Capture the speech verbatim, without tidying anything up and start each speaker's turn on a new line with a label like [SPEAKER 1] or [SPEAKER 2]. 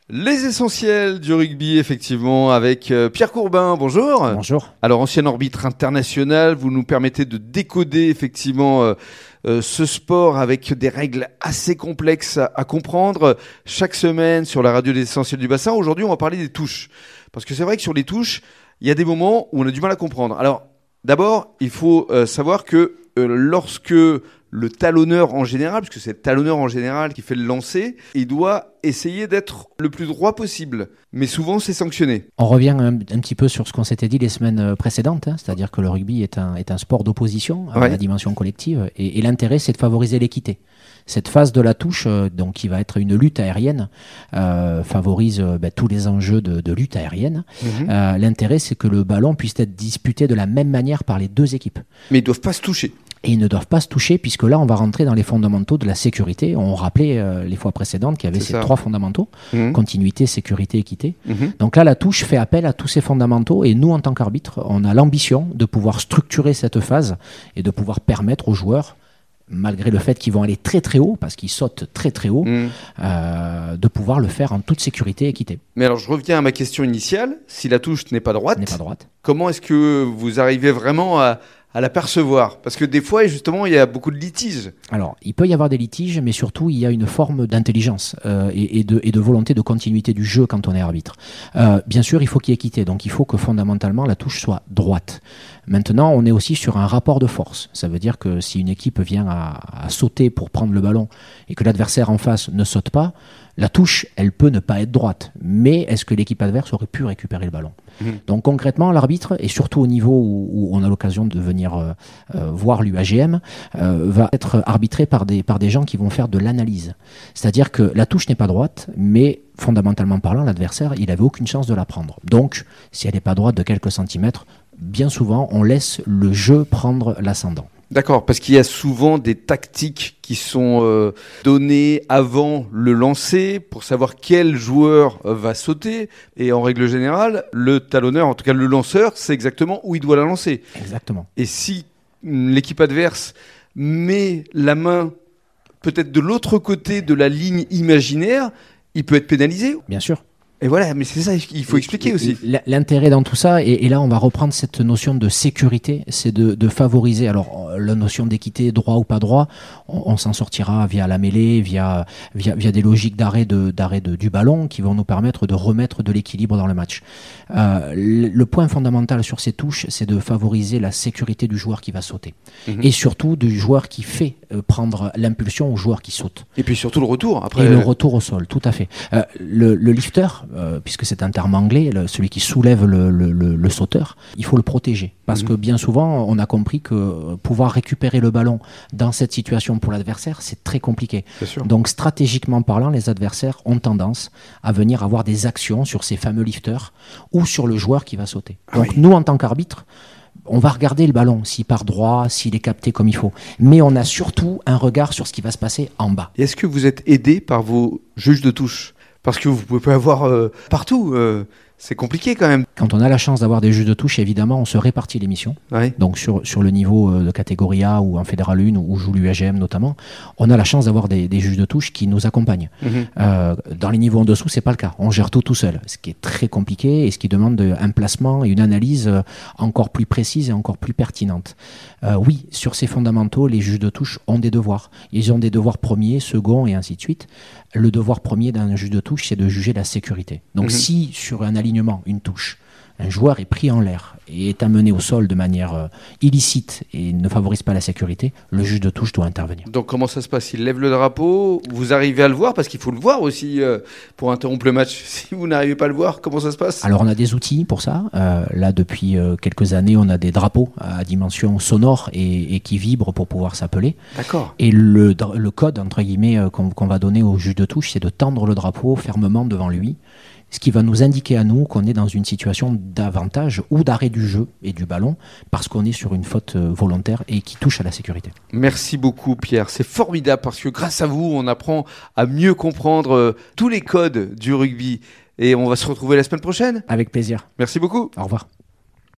[SPEAKER 1] Les essentiels du rugby, effectivement, avec euh, Pierre Courbin. Bonjour.
[SPEAKER 2] Bonjour.
[SPEAKER 1] Alors, ancien arbitre international, vous nous permettez de décoder, effectivement, euh, euh, ce sport avec des règles assez complexes à, à comprendre. Chaque semaine, sur la radio des essentiels du bassin, aujourd'hui, on va parler des touches. Parce que c'est vrai que sur les touches, il y a des moments où on a du mal à comprendre. Alors, d'abord, il faut euh, savoir que euh, lorsque le talonneur en général, puisque c'est le talonneur en général qui fait le lancer, il doit essayer d'être le plus droit possible. Mais souvent, c'est sanctionné.
[SPEAKER 2] On revient un, un petit peu sur ce qu'on s'était dit les semaines précédentes, hein, c'est-à-dire que le rugby est un, est un sport d'opposition à ouais. la dimension collective, et, et l'intérêt, c'est de favoriser l'équité. Cette phase de la touche, euh, donc qui va être une lutte aérienne, euh, favorise euh, ben, tous les enjeux de, de lutte aérienne. Mmh. Euh, l'intérêt, c'est que le ballon puisse être disputé de la même manière par les deux équipes.
[SPEAKER 1] Mais ils ne doivent pas se toucher.
[SPEAKER 2] Et ils ne doivent pas se toucher, puisque là, on va rentrer dans les fondamentaux de la sécurité. On rappelait euh, les fois précédentes qu'il y avait c'est ces ça. trois fondamentaux, mmh. continuité, sécurité, équité. Mmh. Donc là, la touche fait appel à tous ces fondamentaux, et nous, en tant qu'arbitre, on a l'ambition de pouvoir structurer cette phase et de pouvoir permettre aux joueurs, malgré le fait qu'ils vont aller très très haut, parce qu'ils sautent très très haut, mmh. euh, de pouvoir le faire en toute sécurité et équité.
[SPEAKER 1] Mais alors, je reviens à ma question initiale. Si la touche n'est pas droite,
[SPEAKER 2] n'est pas droite.
[SPEAKER 1] Comment est-ce que vous arrivez vraiment à... à l'apercevoir? Parce que des fois, justement, il y a beaucoup de litiges.
[SPEAKER 2] Alors, il peut y avoir des litiges, mais surtout, il y a une forme d'intelligence euh, et, et, de, et de volonté de continuité du jeu quand on est arbitre. Euh, bien sûr, il faut qu'il y ait équité, donc il faut que fondamentalement, la touche soit droite. Maintenant, on est aussi sur un rapport de force. Ça veut dire que si une équipe vient à, à sauter pour prendre le ballon et que l'adversaire en face ne saute pas, la touche, elle peut ne pas être droite. Mais est-ce que l'équipe adverse aurait pu récupérer le ballon ? Mmh. Donc concrètement, l'arbitre, et surtout au niveau où, où on a l'occasion de venir euh, euh, voir l'U A G M, euh, va être arbitré par des, par des gens qui vont faire de l'analyse. C'est-à-dire que la touche n'est pas droite, mais fondamentalement parlant, l'adversaire, il n'avait aucune chance de la prendre. Donc, si elle n'est pas droite de quelques centimètres, bien souvent, on laisse le jeu prendre l'ascendant.
[SPEAKER 1] D'accord, parce qu'il y a souvent des tactiques qui sont euh, données avant le lancer pour savoir quel joueur euh, va sauter. Et en règle générale, le talonneur, en tout cas le lanceur, sait exactement où il doit la lancer.
[SPEAKER 2] Exactement.
[SPEAKER 1] Et si l'équipe adverse met la main peut-être de l'autre côté de la ligne imaginaire, il peut être pénalisé.
[SPEAKER 2] Bien sûr.
[SPEAKER 1] Et voilà, mais c'est ça qu'il faut expliquer aussi.
[SPEAKER 2] L'intérêt dans tout ça, et, et là on va reprendre cette notion de sécurité, c'est de, de favoriser, alors la notion d'équité, droit ou pas droit, on, on s'en sortira via la mêlée, via, via, via des logiques d'arrêt, de, d'arrêt de, du ballon qui vont nous permettre de remettre de l'équilibre dans le match. Euh, le, le point fondamental sur ces touches, c'est de favoriser la sécurité du joueur qui va sauter. Mmh. Et surtout du joueur qui fait euh, prendre l'impulsion au joueur qui saute.
[SPEAKER 1] Et puis surtout le retour. Après...
[SPEAKER 2] Et le retour au sol, tout à fait. Euh, le, le lifter, Euh, puisque c'est un terme anglais, le, celui qui soulève le, le, le, le sauteur, il faut le protéger. Parce mmh. que bien souvent, on a compris que pouvoir récupérer le ballon dans cette situation pour l'adversaire, c'est très compliqué. Donc stratégiquement parlant, les adversaires ont tendance à venir avoir des actions sur ces fameux lifters ou sur le joueur qui va sauter. Donc oui. Nous, en tant qu'arbitre, on va regarder le ballon, s'il part droit, s'il est capté comme il faut. Mais on a surtout un regard sur ce qui va se passer en bas.
[SPEAKER 1] Et est-ce que vous êtes aidé par vos juges de touche ? Parce que vous ne pouvez pas avoir euh, partout, euh, c'est compliqué quand même.
[SPEAKER 2] Quand on a la chance d'avoir des juges de touche, évidemment, on se répartit les missions. Ouais. Donc sur, sur le niveau de catégorie A ou en Fédéral un, où joue l'U A G M notamment, on a la chance d'avoir des, des juges de touche qui nous accompagnent. Mmh. Euh, dans les niveaux en dessous, c'est pas le cas. On gère tout tout seul, ce qui est très compliqué et ce qui demande un placement et une analyse encore plus précise et encore plus pertinente. Euh, oui, sur ces fondamentaux, les juges de touche ont des devoirs. Ils ont des devoirs premiers, seconds et ainsi de suite. Le devoir premier d'un juge de touche, c'est de juger la sécurité. Donc mmh. si sur un alignement, une touche, un joueur est pris en l'air et est amené au sol de manière euh, illicite et ne favorise pas la sécurité, le juge de touche doit intervenir.
[SPEAKER 1] Donc comment ça se passe ? Il lève le drapeau, vous arrivez à le voir, parce qu'il faut le voir aussi euh, pour interrompre le match. Si vous n'arrivez pas à le voir, comment ça se passe ?
[SPEAKER 2] Alors on a des outils pour ça. Euh, là, depuis euh, quelques années, on a des drapeaux à dimension sonore et, et qui vibrent pour pouvoir s'appeler.
[SPEAKER 1] D'accord.
[SPEAKER 2] Et le, le code, entre guillemets, euh, qu'on, qu'on va donner au juge de touche, c'est de tendre le drapeau fermement devant lui, ce qui va nous indiquer à nous qu'on est dans une situation d'avantage ou d'arrêt du jeu et du ballon parce qu'on est sur une faute volontaire et qui touche à la sécurité.
[SPEAKER 1] Merci beaucoup Pierre, c'est formidable parce que grâce à vous, on apprend à mieux comprendre tous les codes du rugby et on va se retrouver la semaine prochaine.
[SPEAKER 2] Avec plaisir.
[SPEAKER 1] Merci beaucoup.
[SPEAKER 2] Au revoir.